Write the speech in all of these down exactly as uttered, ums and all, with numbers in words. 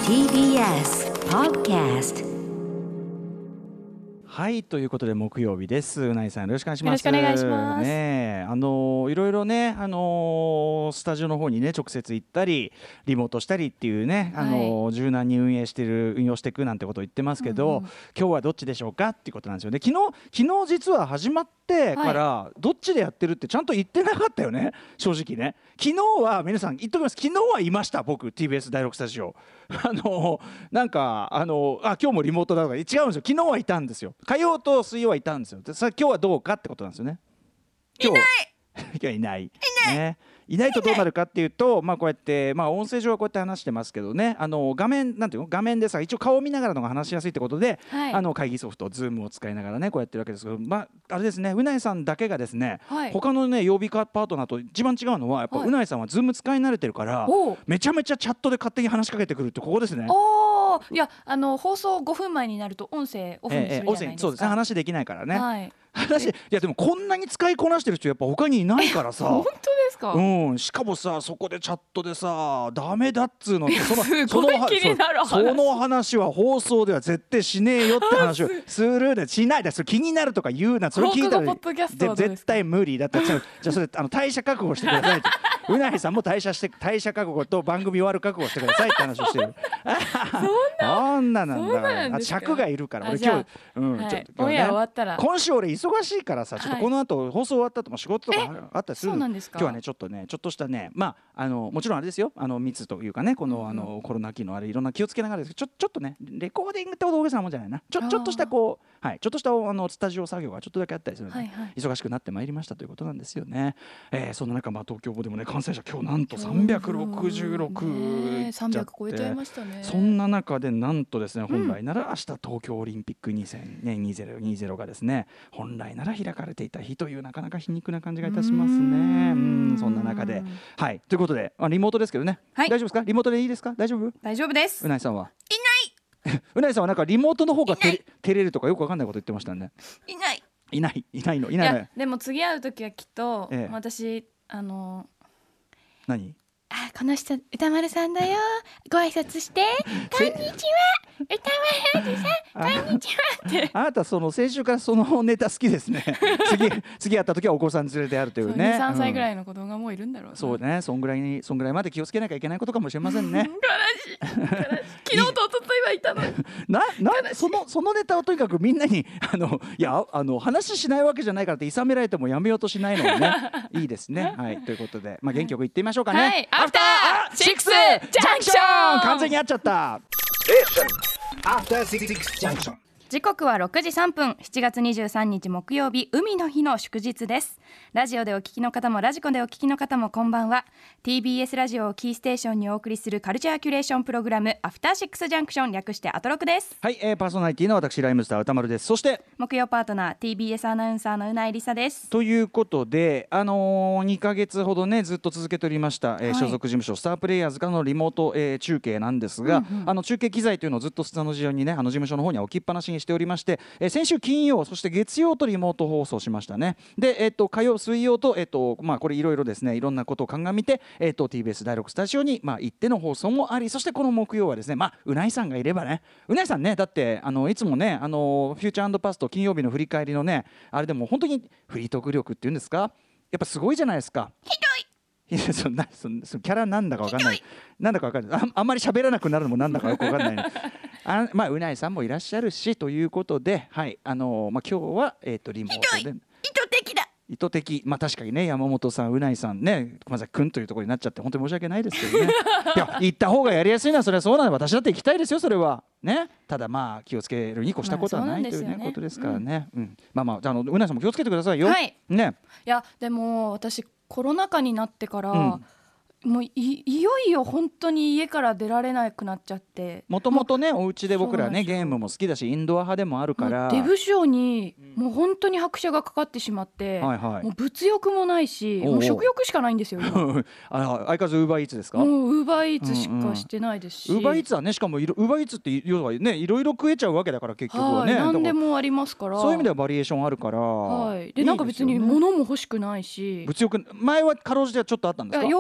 ティービーエス Podcast。 はいということで木曜日です。うないさんよろしくお願いします。 よろしくお願いします。 ね、あのいろいろね、あのスタジオの方にね直接行ったりリモートしたりっていうね、あの、はい、柔軟に運営してる運用していくなんてことを言ってますけど、うんうん、今日はどっちでしょうかっていうことなんですよね。昨日昨日実は始まってからどっちでやってるってちゃんと言ってなかったよね、正直ね。昨日は皆さん言っときます。昨日はいました、僕 ティービーエス だいろくスタジオ。あのなんかあのあ今日もリモートだとか違うんですよ。昨日はいたんですよ。火曜と水曜はいたんですよ。でさ今日はどうかってことなんですよね。今日いないいないいない、ね、いないとどうなるかっていうと、まあこうやって、まあ、音声上はこうやって話してますけどね、あの画面なんていうの、画面でさ一応顔を見ながらのが話しやすいってことで、はい、あの会議ソフト Zoom を使いながらねこうやってるわけですけど、まああれですね、うないさんだけがですね、はい、他のね曜日パートナーと一番違うのはやっぱ、はい、うないさんは Zoom 使い慣れてるからめちゃめちゃチャットで勝手に話しかけてくるってここですね。 おいやあの放送ごふんまえになると音声オフにするじゃないですか、えーえー、 そうですね、話できないからね、 はい、 話いやでもこんなに使いこなしてる人やっぱ他にいないからさ本当ですか、 うん、しかもさそこでチャットでさダメだっつうのそのすごい気になる話、 その話は放送では絶対しねえよって話をするでしないで、それ気になるとか言うな、それ聞いたら絶対無理だって。じゃあそれあの退社覚悟してくださいってうないさんも退社して退社覚悟と番組終わる覚悟してくださいって話をしてるそんななんだから尺がいるから俺今日、うんはい、 ちょっと、ね、オンエア終わったら今週俺忙しいからさ、ちょっとこの後放送終わった後も仕事とかあったりするの。 そうなんですか。 今日はねちょっとねちょっとしたね、まああのもちろんあれですよ、あの密というかねこの、うんうん、あのコロナ期のあれいろんな気をつけながらですけど、ちょちょっとねレコーディングってほど大げさなもんじゃないな、ちょちょっとしたこうはいちょっとしたあのスタジオ作業がちょっとだけあったりするので、はいはい、忙しくなってまいりましたということなんですよね。えー、そんな中、まあ、東京でもね感染者今日なんとさんびゃくろくじゅうろく、 ね、さんびゃく超えちゃいましたね。 そんな中でなんとですね、本来なら明日東京オリンピックにせんにじゅうにじゅうがですね本来なら開かれていた日というなかなか皮肉な感じがいたしますね。うん、そんな中ではいということで、まあ、リモートですけどね、はい、大丈夫ですか、リモートでいいですか、大丈夫大丈夫です。 うないさんはいないうないさんはなんかリモートの方が照れるとかよくわかんないこと言ってましたね。 いないいないいないのいないの。いやでも次会う時はきっと、 ええ、 私あの何あこの人歌丸さんだよご挨拶してこんにちは歌丸さんこんにちはってあなたその先週からそのネタ好きですね次次会った時はお子さん連れてやるというね、 にさんさいぐらいの子供がもういるんだろうな、うん、 そうね、そんぐらいにそんぐらいまで気をつけなきゃいけないことかもしれませんね悲しい悲しい昨日と一昨日はいたのななそのそのネタをとにかくみんなにあのいやあの話しないわけじゃないからっていさめられてもやめようとしないのもねいいですね。はいということで、まあ、元気よく行ってみましょうかね、 はい、アフターシックスジャンクション完全に合っちゃった。 アフターシックスジャンクション。 時刻はろくじさんぷん、しちがつにじゅうさんにち木曜日、海の日の祝日です。ラジオでお聞きの方もラジコでお聞きの方もこんばんは。 ティービーエス ラジオをキーステーションにお送りするカルチャーキュレーションプログラムアフターシックスジャンクション、略してアトロクです。 はい、えー、パーソナリティの私ライムスター歌丸です。そして木曜パートナー ティービーエス アナウンサーのうないりさです。 ということで、あのー、にかげつほどねずっと続けておりました、えーはい、所属事務所スタープレイヤーズからのリモート、えー、中継なんですが、うんうん、あの中継機材というのをずっとスタジオにねあの事務所の方には置きっぱなしにしておりまして、えー、先週金曜そして月曜とリモート放送しましたね。で、えー、と火曜水曜と、えーとまあ、これいろいろですねいろんなことを鑑みて、えー、と ティービーエス だいろくスタジオに、まあ、行っての放送もあり、そしてこの木曜はですね、まあ、うないさんがいればね、うないさんねだってあのいつもねあのフューチャー&パスト金曜日の振り返りのねあれでも本当にフリートーク力っていうんですか、やっぱすごいじゃないですか。 ひどいいやそんなそのそのキャラなんだか分かんないなんだか分かんない あ, あんまり喋らなくなるのもなんだかよく分かんない、ね、あまあうないさんもいらっしゃるしということで、はいあのーまあ、今日は、えー、とリモートで意図的だ意図的、まあ確かにね山本さんうないさんね熊崎くんというところになっちゃって本当に申し訳ないですけどねいや行った方がやりやすいのはそれはそうなの、私だって行きたいですよそれはね。ただまあ気をつけるに越したことはない、まあ、という、ねね、ことですからね、うんうん、まあまああのうないさんも気をつけてくださいよ、 はいね。 いやでも私コロナ禍になってから、うんもう い, いよいよ本当に家から出られなくなっちゃって、 もともとねお家で僕らねゲームも好きだしインドア派でもあるからデブ症にもう本当に拍車がかかってしまって、はいはい、もう物欲もないしもう食欲しかないんですよ今あ相変わらずウーバーイーツですか。 もうウーバーイーツしかしてないですし、 ウーバーイーツはねしかもウーバーイーツって要はねいろいろ食えちゃうわけだから結局はね、 何でもありますから、 そういう意味ではバリエーションあるから、 はい、でなんか別に物も欲しくないし、 物欲前はかろうじてちょっとあったんですか。 洋服とか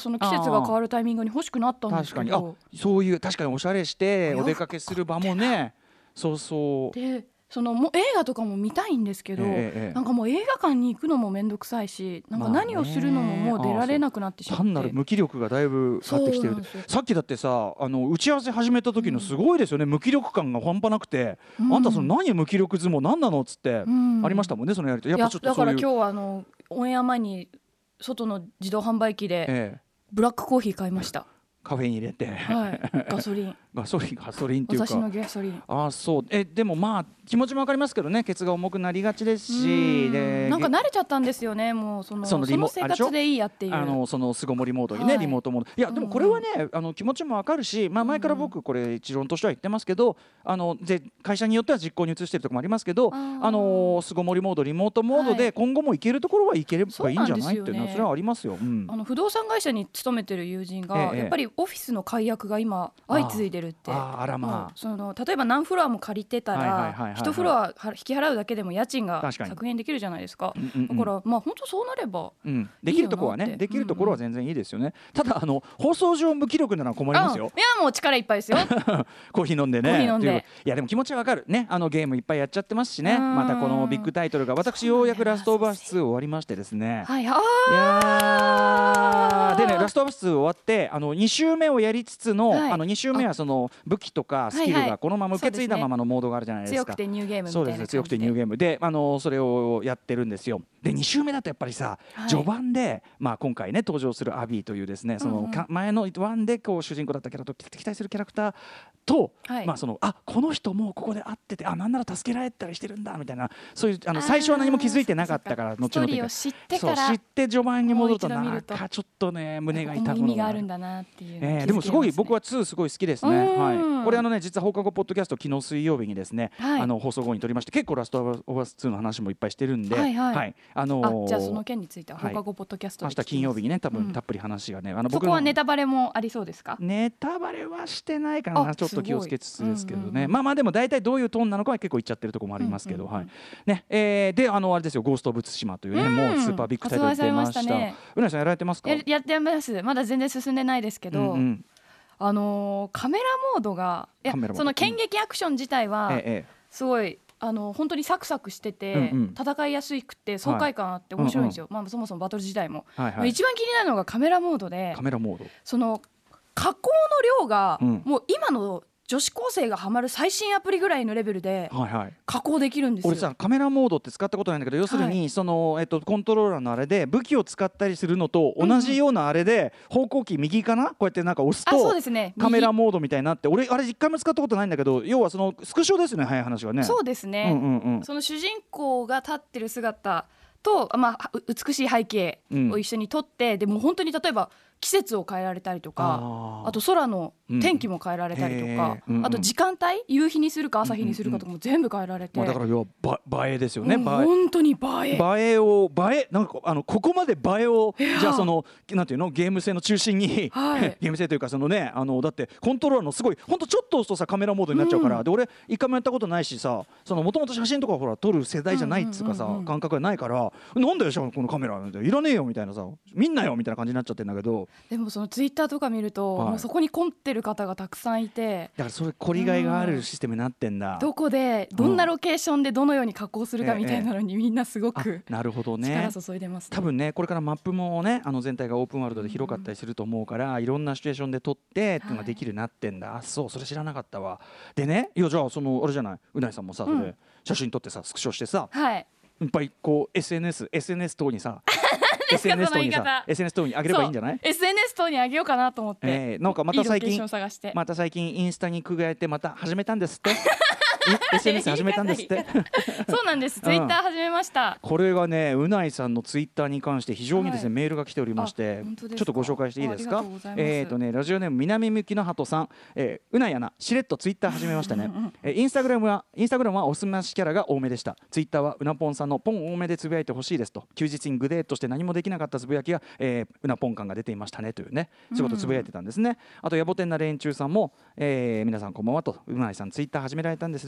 その季節が変わるタイミングに欲しくなったんですけど、 確かにあそういう確かにおしゃれしてお出かけする場もねそうそうでそのもう映画とかも見たいんですけど、ええ、なんかもう映画館に行くのもめんどくさいし、なんか何をするのももう出られなくなってしまって、 単なる無気力がだいぶ変わってきてる。さっきだってさあの打ち合わせ始めた時のすごいですよね、うん、無気力感が半端なくて、うん、あんたその何無気力相撲何なのっつって、うん、ありましたもんねそのやりとり。やっぱちょっとそういうだから今日はあのオンエア前に外の自動販売機で、ええ、ブラックコーヒー買いました。 カフェに入れて、 はい、ガソリンガソリンガソリンっていうか私のガソリン。 ああそうえでもまあ気持ちもわかりますけどね、ケツが重くなりがちですし、 でなんか慣れちゃったんですよね、もうそのそのその生活でいいやっていうあのその巣ごもりモードにね、はい、リモートモード。いやでもこれはね、うん、あの気持ちもわかるし、まあ、前から僕これ一論としては言ってますけど、あので会社によっては実行に移してるところもありますけど、ああの巣ごもりモードリモートモードで今後も行けるところは行ければいいんじゃないっていうのはそれはありますよ。うん、 あの不動産会社に勤めてる友人が、ええ、やっぱりオフィスの解約が今相次いでるって。 ああらまあ、 その例えば何フロアも借りてたらいちフロア引き払うだけでも家賃が削減できるじゃないですか。うんうんうん、だからまあ本当そうなればいいよなって、 うん、できるところはね、できるところは全然いいですよね。うんうん、ただあの放送上無気力なのは困りますよ。 いやもう力いっぱいですよコーヒー飲んでね。 コーヒー飲んでいやでも気持ちはわかるね。あのゲームいっぱいやっちゃってますしね。またこのビッグタイトルが私ようやくラストオブアスツー終わりましてですね。 はい、あいやでねラストオブアスツー終わってあのに週目をやりつつの、はい、あのに週目はその武器とかスキルがこのまま受け継いだままのモードがあるじゃないですか。 強くてニューゲームみたいなそうです、強くてニューゲームであのそれをやってるんですよ。でに週目だとやっぱりさ、はい、序盤で、まあ、今回ね登場するアビーというですねその、うんうん、前のワンでこう主人公だったキャラと敵対するキャラクターと、はい、まあそのあこの人もうここで会っててあなんなら助けられたりしてるんだみたいなそういうあの最初は何も気づいてなかったから後々 ストーリーを知ってからそう知って序盤に戻るとなんかちょっとね胸が痛むのが意味があるんだなっていう、 えー、でもすごい僕はツーすごい好きですね。はい、これあのね実は放課後ポッドキャスト昨日水曜日にですね、はい、あの放送後に撮りまして結構ラストオブアスツーの話もいっぱいしてるんで、はいはいはい、あのー、 あじゃあその件については放課後ポッドキャストで、 はい、明日金曜日にね多分たっぷり話がね、うん、あの僕そこはネタバレもありそうですか？ ネタバレはしてないかな、ちょっと気をつけつつですけどね、うんうん、まあまあでも大体どういうトーンなのかは結構言っちゃってるところもありますけど、うんうんうん、はいねえー、であのあれですよゴースト・オブ・ツシマというね、うん、もうスーパービッグタイトル出ました。ね、うなぎさんやられてますか？ や, やってます。まだ全然進んでないですけど、うんうん、あのー、カメラモードがいやその剣撃アクション自体はすごい、あの本当にサクサクしてて、うんうん、戦いやすくて爽快感あって面白いんですよ、はいうんうんまあ、そもそもバトル自体も、はいはい、一番気になるのがカメラモードでカメラモードその加工の量が、うん、もう今の女子高生がハマる最新アプリぐらいのレベルで加工できるんですよ。 俺さカメラモードって使ったことないんだけど要するに、はいそのえっと、コントローラーのあれで武器を使ったりするのと同じようなあれで方向キー右かなこうやってなんか押すとそうですね、 カメラモードみたいになって俺あれ一回も使ったことないんだけど要はそのスクショですよね早い話がね。 そうですね、うんうんうん、その主人公が立ってる姿と、まあ、美しい背景を一緒に撮って、うん、でも本当に例えば季節を変えられたりとか あ, あと空の天気も変えられたりとか、うん、あと時間帯夕日にするか朝日にするかとかも全部変えられて、 まあ、だから要は映えですよね、 うん、本当に映え映えを映えなんかあのここまで映えをじゃあそのなんていうのゲーム性の中心に、はい、ゲーム性というかそのねあのだってコントローラーのすごい本当ちょっと押すとさカメラモードになっちゃうから、うん、で俺一回もやったことないしさそのもともと写真とかほら撮る世代じゃないっつうかさ、うんうんうんうん、感覚がないからなんだよこのカメラいらねえよみたいなさ見んなよみたいな感じになっちゃってるんだけどでもそのツイッターとか見ると、はい、もうそこに凝ってる方がたくさんいてだからそれ凝りがいがあるシステムになってんだ、 うん、どこでどんなロケーションでどのように加工するかみたいなのにみんなすごく、 なるほどね力注いでます、ね、 多分ねこれからマップもねあの全体がオープンワールドで広かったりすると思うから、うん、いろんなシチュエーションで撮ってっていうのができるようになってんだ、はい、あそうそれ知らなかったわ。でねいやじゃあそのあれじゃないうないさんもさ、うん、それ写真撮ってさスクショしてさ、はい、いっぱいこう エスエヌエス エスエヌエス 等にさエスエヌエス 等にさ エスエヌエス 等に上げればいいんじゃない？ エスエヌエス 等に上げようかなと思って、 えー、なんかまた最近また最近インスタに加えてまた始めたんですってエスエヌエス 始めたんですってそうなんですツイッター始めました、 うん、これがねうないさんのツイッターに関して非常にですね、はい、メールが来ておりましてちょっとご紹介していいですか？えーとねラジオネーム南向きの鳩さん、えー、うないアナしれっとツイッター始めましたねえー、インスタグラムはインスタグラムはおすましキャラが多めでした。ツイッターはうなぽんさんのポン多めでつぶやいてほしいですと休日にグデーとして何もできなかったつぶやきが、えー、うなぽん感が出ていましたねというねそういうことつぶやいてたんですね、うん、あと野暮天な連中さんも、えー、皆さんこんばんはとうないさんツイッター始められたんです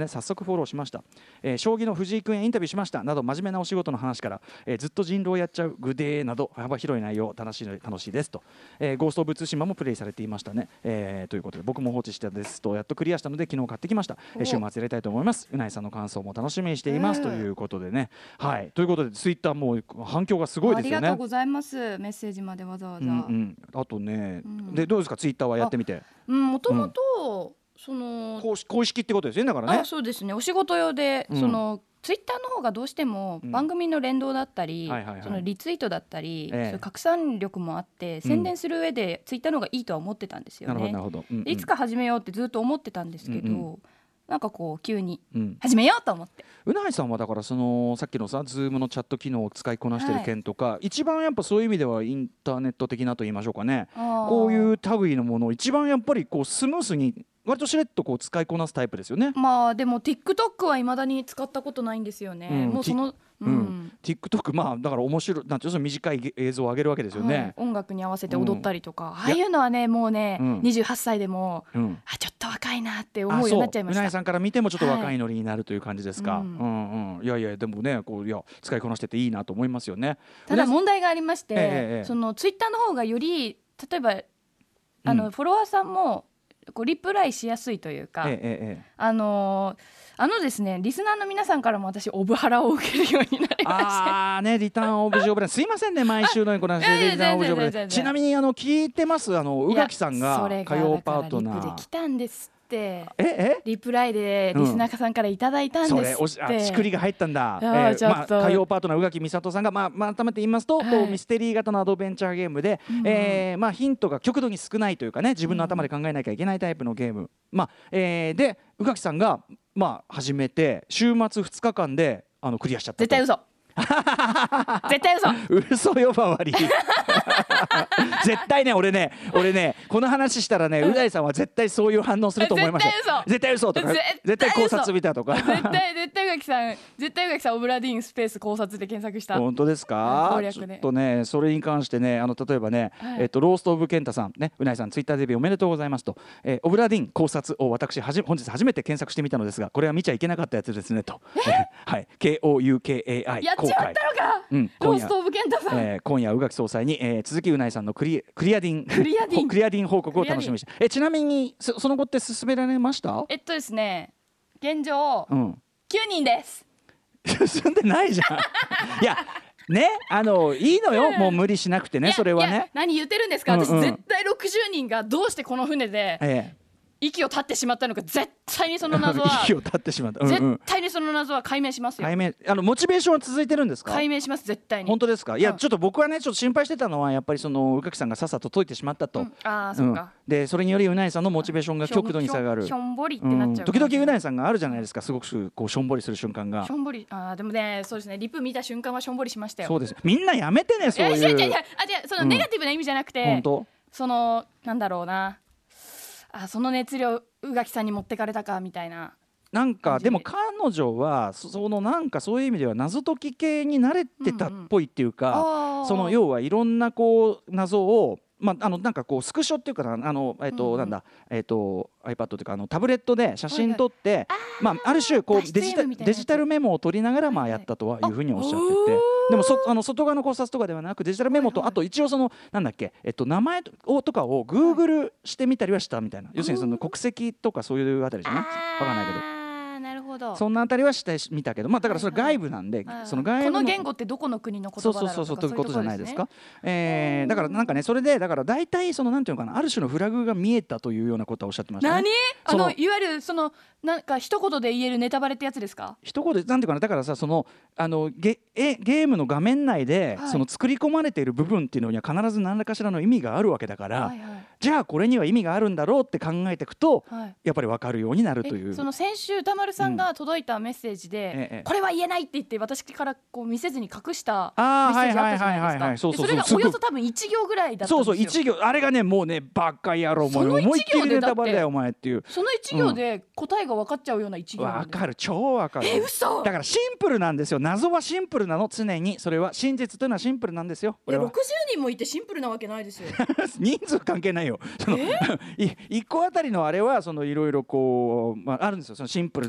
ね。早速フォローしました、えー、将棋の藤井君へインタビューしましたなど真面目なお仕事の話から、えー、ずっと人狼やっちゃうグデーなど幅広い内容楽しい楽しいですと、えー、ゴーストオブツーシマもプレイされていましたね、えー、ということで僕も放置してたですとやっとクリアしたので昨日買ってきました、えー、週末やりたいと思います。うないさんの感想も楽しみにしています、えー、ということでね、はいということでツイッターも反響がすごいですよね。 ありがとうございます。メッセージまでわざわざ、うんうん、 あとね、うん、でどうですかツイッターはやってみて。 もともとその公式ってことですよねだからね。 あそうですねお仕事用で、うん、そのツイッターの方がどうしても番組の連動だったり、そのリツイートだったり、ええ、そういう拡散力もあって、うん、宣伝する上でツイッターの方がいいとは思ってたんですよね。なるほどなるほど、うんうん、いつか始めようってずっと思ってたんですけど、うんうん、なんかこう急に始めようと思って、 うん、うないさんはだからそのさっきのさズームのチャット機能を使いこなしてる件とか、はい、一番やっぱそういう意味ではインターネット的なと言いましょうかね、こういう類のものを一番やっぱりこうスムースに割としれっとこう使いこなすタイプですよね。 まあでも TikTok は未だに使ったことないんですよね、うん、もうその、うんうん、 TikTok まあだから面白いなんていうの短い映像を上げるわけですよね、はい、 音楽に合わせて踊ったりとか、うん、ああいうのはねもうね、うん、にじゅうはっさいでも、うん、あちょっと若いなって思うようになっちゃいました。 うないさんから見てもちょっと若いノリになるという感じですか、はい、うんうんうん、いやいやでもねこういや使いこなしてていいなと思いますよね。 ただ問題がありまして、 ええ、 そのツイッターの方がより例えばあの、うん、フォロワーさんもこうリプライしやすいというか、ええええ、あのー、あのですねリスナーの皆さんからも私オブハラを受けるようになりまして、 あーねリターンオブジョブランすいませんね毎週のようにこの話でリターンオブジョブランちなみにあの聞いてますあの宇垣さんが火曜パートナーそれがだからリプで来たんですってええリプライでリスナーさんからいただいたんですって、 うん、それあしくりが入ったんだ、えーまあ、火曜パートナー宇垣美里さんが、まあまあ、改めて言いますと、はい、こうミステリー型のアドベンチャーゲームで、うんえーまあ、ヒントが極度に少ないというかね自分の頭で考えなきゃいけないタイプのゲーム、うんまあえー、で宇垣さんが、まあ、始めて週末ふつかかんであのクリアしちゃったと。 絶対嘘絶対嘘嘘よ周り絶対ね俺ね俺ねこの話したらねう大さんは絶対そういう反応すると思います。絶対嘘とか絶対考察見たとか絶対絶対宇垣さん絶対宇垣さんオブラディンスペース考察で検索した。 本当ですか。ちょっとねそれに関してねあの例えばね、はいえっと、ローストオブケンタさんねうないさんツイッターデビューおめでとうございますと、えー、オブラディン考察を私はじ本日初めて検索してみたのですがこれは見ちゃいけなかったやつですねと、はい、ケーオーユーケーエーアイやっちまったのか、うん、ローストオブケンタさん、 えー、今夜宇垣総裁に、えー、鈴木うないさんのクリ、クリアディンクリアディンクリアディン報告を楽しみにしてえちなみに そ, その後って進められました。 えっとですね現状、うん、きゅうにんです進んでないじゃんいやねあのいいのよ、うん、もう無理しなくてねそれはね。 何言ってるんですか、うんうん、私絶対ろくじゅうにんがどうしてこの船で、ええ息を絶ってしまったのか絶対にその謎は息を絶ってしまった、うんうん、 絶対にその謎は解明しますよ。 解明あのモチベーションは続いてるんですか。 解明します絶対に。 本当ですか。いや、うん、ちょっと僕はねちょっと心配してたのはやっぱりその宇垣さんがさっさと解いてしまったと、うん、 ああそうか、 うん、でそれによりうないさんのモチベーションが極度に下がるひょんぼりってなっちゃう、うん、 時々うないさんがあるじゃないですかすごくこうしょんぼりする瞬間が。 しょんぼりあでもねそうですねリプ見た瞬間はしょんぼりしましたよ。 そうですみんなやめてねそういう。いやいやいやあじゃそのネガティブな意味じゃなくて、 うん、本当そのなんだろうなあその熱量宇垣さんに持ってかれたかみたいな。 なんかでも彼女はそのなんかそういう意味では謎解き系に慣れてたっぽいっていうか、うんうん、その要はいろんなこう謎をまあ、あのなんかこうスクショっていうかあの、えーとうんうん、なんだ、えーと、iPad というかあのタブレットで写真撮って、はいはいまあ、ある種こうデジタ、デジタルメモを取りながらまあやったとはいうふうにおっしゃってて、でもそあの外側の考察とかではなくデジタルメモと、はいはい、あと一応そのなんだっけ、えっと、名前をとかを Google してみたりはしたみたいな、要するにその国籍とかそういうあたりじゃない分かんないけど。そんなあたりはしてみたけど、まあ、だからそれ外部なんで、はいはい、その外部のこの言語ってどこの国の言葉だろうとかそうそうそうそういうことじゃないですか。えー、だからなんかねそれでだから大体そのなんていうのかなある種のフラグが見えたというようなことはおっしゃってましたね。 何あのいわゆるそのなんか一言で言えるネタバレってやつですか。 一言でなんていうかなだからさそのあの ゲ, えゲームの画面内で、はい、その作り込まれている部分っていうのには必ず何らかしらの意味があるわけだから、はいはい、じゃあこれには意味があるんだろうって考えていくと、はい、やっぱり分かるようになるという。 その先週歌丸さんが届いたメッセージで、うんええ、これは言えないって言って私からこう見せずに隠したメッセージあったじゃないですか。それがおよそ多分いち行ぐらいだったんですよ。 そうそういち行あれがねもうねバカ野郎もう思いっきりネタバレだよお前っていう。 そのいち行で答えが分かっちゃうようないち行分かる超分かる。 え嘘。 だからシンプルなんですよ。謎はシンプルなの常に。それは真実というのはシンプルなんですよ。 いやろくじゅうにんもいてシンプルなわけないですよ人数関係ないよ。そのいっこあたりのあれはそのいろいろこう、まあ、あるんですよそのシンプルな実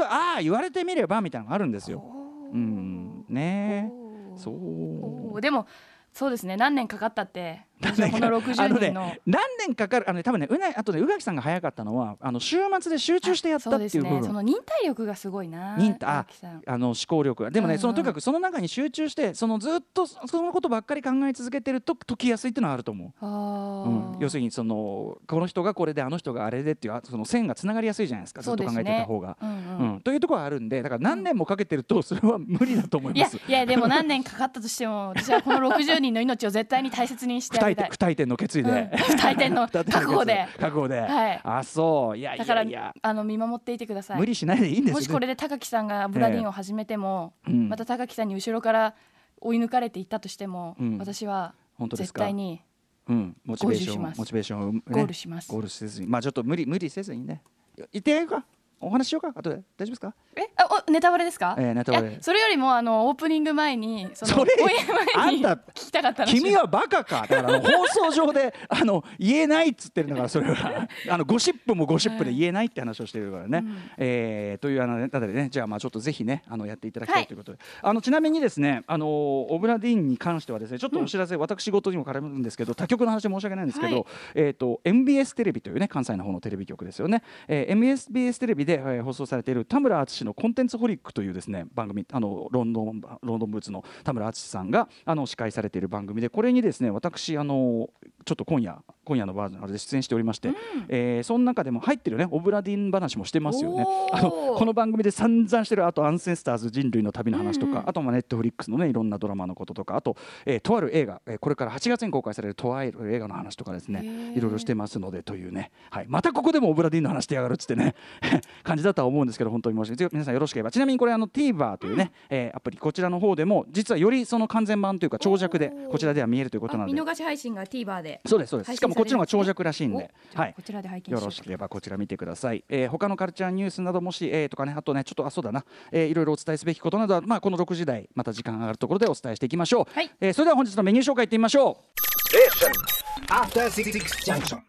はああ言われてみればみたいなのがあるんですよ。うんねえそうでもそうですね、何年かかったってこのろくじゅうにん の, ね、何年かかるあの、ね、多分ねうなあとね宇垣さんが早かったのはあの週末で集中してやったっていう部分。 そうですね、その忍耐力がすごいな。 忍耐ああの思考力がでもね、うんうん、そのとにかくその中に集中してそのずっとそのことばっかり考え続けてると解きやすいっていうのはあると思う。あ、うん、要するにそのこの人がこれであの人があれでっていうその線がつながりやすいじゃないですか。ずっと考えてた方が、うんうんうん、というところはあるんでだから何年もかけてるとそれは無理だと思います。 いやいやでも何年かかったとしても私はこのろくじゅうにんの命を絶対に大切にしてあげたい。 不退転の決意で、うん、 不退転の覚悟で覚悟で、はい、あそういやいやいやだからあの見守っていてください。 無理しないでいいんですよ。 もしこれで高木さんがブラディンを始めても、えー、また高木さんに後ろから追い抜かれていったとしても、うん、私は絶対にうん、モチベーションモチベーションを、ね、 ゴールします。 ゴールせずにまあちょっと無理無理せずにね言ってやるかお話ししようか後で大丈夫ですか。 えあおネタバレですか。 えー、ネタバレそれよりもあのオープニング前にそのそれ前に聞きたかった話。 君はバカかだから放送上であの言えないっつってるんだからそれはあのゴシップもゴシップで言えないって話をしてるからね、うんえー、というあのネタでねじゃあまあちょっとぜひねあのやっていただきたいということで、はい、あのちなみにですねあのオブラディーンに関してはですねちょっとお知らせ、うん、私事にも絡むんですけど他局の話申し訳ないんですけど、はいえー、と エムビーエス テレビというね関西の方のテレビ局ですよね、えー、エムビーエス テレビで、えー、放送されている田村淳のコンテンツホリックというですね番組あのロンドンロンドンブーツの田村淳さんがあの司会されている番組でこれにですね私あのちょっと今夜今夜のバージョンあれで出演しておりまして、うんえー、その中でも入ってるねオブラディン話もしてますよね。あのこの番組で散々してるあとアンセスターズ人類の旅の話とか、うんうん、あとネットフリックスのねいろんなドラマのこととかあと、えー、とある映画、えー、これからはちがつに公開されるとある映画の話とかですねいろいろしてますのでというね、はい、またここでもオブラディンの話してやがるっつってね感じだとは思うんですけど本当に申し訳ない皆さんよろしければちなみにこれあの TVer というね、うんえー、アプリこちらの方でも実はよりその完全版というか長尺でこちらでは見えるということなので見逃し配信が TVer でそうですそうですしかもこっちの方が長尺らしいんで、 はい、こちらで拝見しようよろしければこちら見てください、えー、他のカルチャーニュースなどもし、えー、とかねあとねちょっとあそうだな、えー、いろいろお伝えすべきことなどは、まあ、このろくじ台また時間が上がるところでお伝えしていきましょう、はいえー、それでは本日のメニュー紹介いってみましょう。